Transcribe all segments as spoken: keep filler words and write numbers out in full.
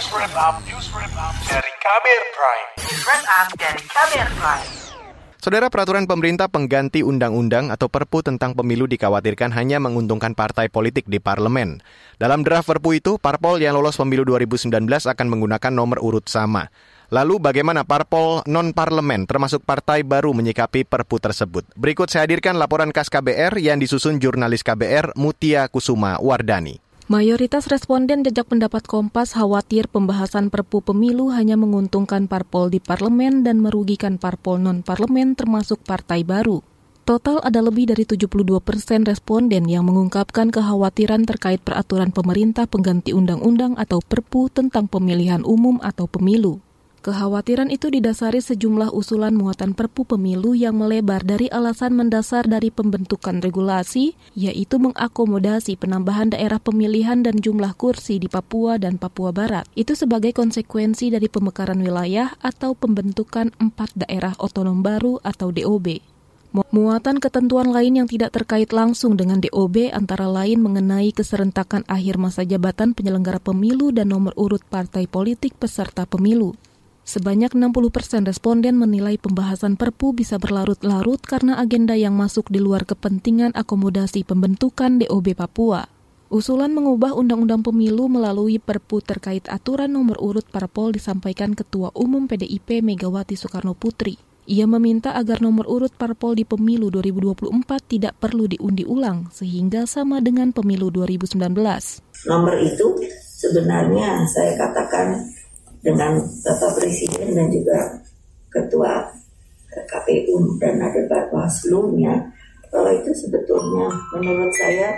News Wrap Up, News Wrap Up dari Kamer Prime. News Wrap Up dari Kamer Prime. Saudara, peraturan pemerintah pengganti undang-undang atau Perpu tentang pemilu dikhawatirkan hanya menguntungkan partai politik di parlemen. Dalam draft Perpu itu, parpol yang lolos pemilu dua ribu sembilan belas akan menggunakan nomor urut sama. Lalu bagaimana parpol non-parlemen termasuk partai baru menyikapi Perpu tersebut? Berikut saya hadirkan laporan khas K B R yang disusun jurnalis K B R Mutia Kusuma Wardani. Mayoritas responden jejak pendapat Kompas khawatir pembahasan Perpu pemilu hanya menguntungkan parpol di parlemen dan merugikan parpol non-parlemen termasuk partai baru. Total ada lebih dari tujuh puluh dua persen responden yang mengungkapkan kekhawatiran terkait peraturan pemerintah pengganti undang-undang atau Perpu tentang pemilihan umum atau pemilu. Kekhawatiran itu didasari sejumlah usulan muatan Perpu pemilu yang melebar dari alasan mendasar dari pembentukan regulasi, yaitu mengakomodasi penambahan daerah pemilihan dan jumlah kursi di Papua dan Papua Barat. Itu sebagai konsekuensi dari pemekaran wilayah atau pembentukan empat daerah otonom baru atau D O B. Muatan ketentuan lain yang tidak terkait langsung dengan D O B antara lain mengenai keserentakan akhir masa jabatan penyelenggara pemilu dan nomor urut partai politik peserta pemilu. Sebanyak enam puluh persen responden menilai pembahasan Perpu bisa berlarut-larut karena agenda yang masuk di luar kepentingan akomodasi pembentukan D O B Papua. Usulan mengubah Undang-Undang Pemilu melalui Perpu terkait aturan nomor urut parpol disampaikan Ketua Umum P D I P Megawati Soekarnoputri. Ia meminta agar nomor urut parpol di pemilu dua ribu dua puluh empat tidak perlu diundi ulang sehingga sama dengan pemilu dua ribu sembilan belas. Nomor itu sebenarnya saya katakan dengan Bapak Presiden dan juga Ketua K P U dan ada Bawaslu-nya, bahwa itu sebetulnya menurut saya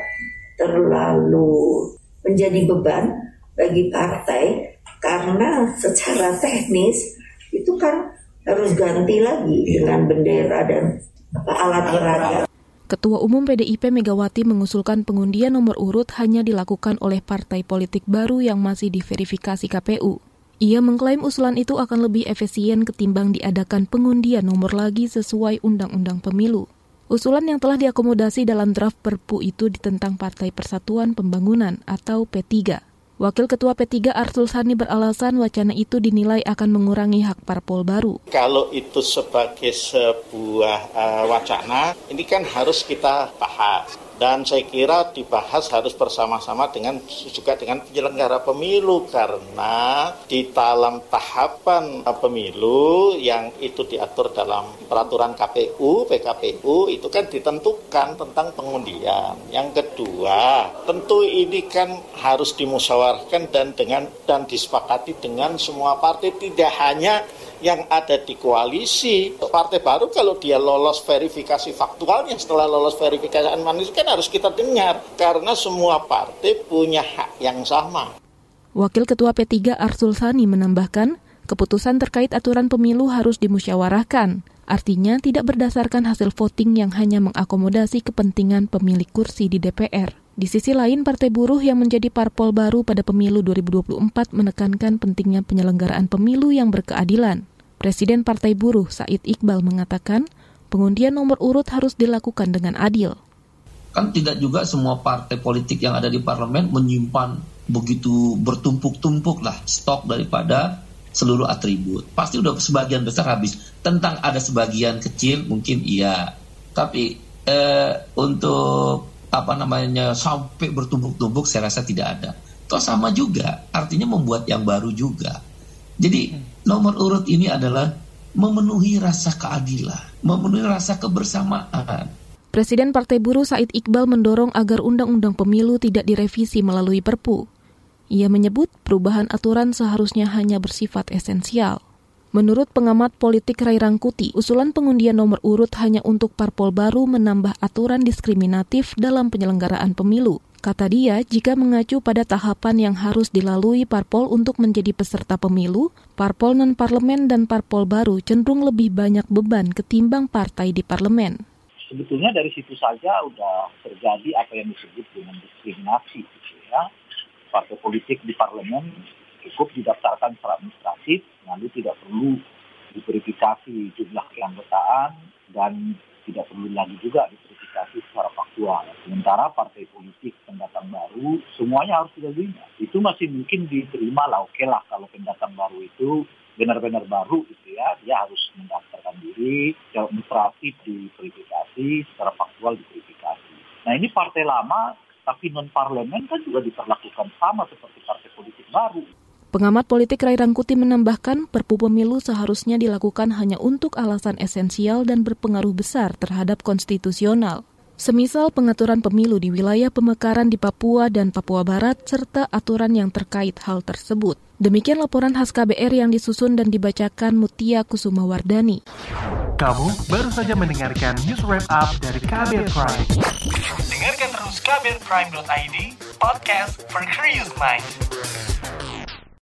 terlalu menjadi beban bagi partai karena secara teknis itu kan harus ganti lagi dengan bendera dan alat peraga. Ketua Umum P D I P Megawati mengusulkan pengundian nomor urut hanya dilakukan oleh partai politik baru yang masih diverifikasi K P U. Ia mengklaim usulan itu akan lebih efisien ketimbang diadakan pengundian nomor lagi sesuai Undang-Undang Pemilu. Usulan yang telah diakomodasi dalam draft Perpu itu ditentang Partai Persatuan Pembangunan atau P tiga. Wakil Ketua P tiga Arsul Sani beralasan wacana itu dinilai akan mengurangi hak parpol baru. Kalau itu sebagai sebuah uh, wacana, ini kan harus kita bahas. Dan saya kira dibahas harus bersama-sama dengan juga dengan penyelenggara pemilu karena di dalam tahapan pemilu yang itu diatur dalam peraturan K P U, P K P U itu kan ditentukan tentang pengundian. Yang kedua, tentu ini kan harus dimusyawarahkan dan dengan dan disepakati dengan semua partai, tidak hanya yang ada di koalisi. Partai baru kalau dia lolos verifikasi faktualnya setelah lolos verifikasi manusia kan harus kita dengar karena semua partai punya hak yang sama. Wakil Ketua P tiga Arsul Sani menambahkan, keputusan terkait aturan pemilu harus dimusyawarahkan. Artinya tidak berdasarkan hasil voting yang hanya mengakomodasi kepentingan pemilik kursi di D P R. Di sisi lain, Partai Buruh yang menjadi parpol baru pada pemilu dua ribu dua puluh empat menekankan pentingnya penyelenggaraan pemilu yang berkeadilan. Presiden Partai Buruh Said Iqbal mengatakan, pengundian nomor urut harus dilakukan dengan adil. Kan tidak juga semua partai politik yang ada di parlemen menyimpan begitu bertumpuk-tumpuk lah stok daripada seluruh atribut. Pasti udah sebagian besar habis. Tentang ada sebagian kecil mungkin iya. Tapi eh, untuk apa namanya sampai bertumpuk-tumpuk saya rasa tidak ada. Toh sama juga, artinya membuat yang baru juga. Jadi nomor urut ini adalah memenuhi rasa keadilan, memenuhi rasa kebersamaan. Presiden Partai Buruh Said Iqbal mendorong agar Undang-Undang Pemilu tidak direvisi melalui Perpu. Ia menyebut perubahan aturan seharusnya hanya bersifat esensial. Menurut pengamat politik Ray Rangkuti, usulan pengundian nomor urut hanya untuk parpol baru menambah aturan diskriminatif dalam penyelenggaraan pemilu. Kata dia, jika mengacu pada tahapan yang harus dilalui parpol untuk menjadi peserta pemilu, parpol non-parlemen dan parpol baru cenderung lebih banyak beban ketimbang partai di parlemen. Sebetulnya dari situ saja sudah terjadi apa yang disebut dengan diskriminasi. Gitu ya. Partai politik di parlemen cukup didaftarkan secara administratif, lalu tidak perlu diverifikasi jumlah keanggotaan dan tidak perlu lagi juga diverifikasi secara faktual. Sementara partai politik pendatang baru semuanya harus dilaluinya. itu masih mungkin diterima lah, oke lah kalau pendatang baru itu benar-benar baru gitu ya, dia harus mendaftarkan diri, secara administratif diverifikasi, secara faktual diverifikasi. Nah ini partai lama tapi non-parlemen kan juga diperlakukan sama seperti partai politik baru. Pengamat politik Ray Rangkuti menambahkan, Perpu Pemilu seharusnya dilakukan hanya untuk alasan esensial dan berpengaruh besar terhadap konstitusional. Semisal pengaturan pemilu di wilayah pemekaran di Papua dan Papua Barat, serta aturan yang terkait hal tersebut. Demikian laporan khas K B R yang disusun dan dibacakan Mutia Kusumawardani. Kamu baru saja mendengarkan news wrap up dari K B R Prime. Dengarkan terus k b r prime dot i d, podcast for curious mind.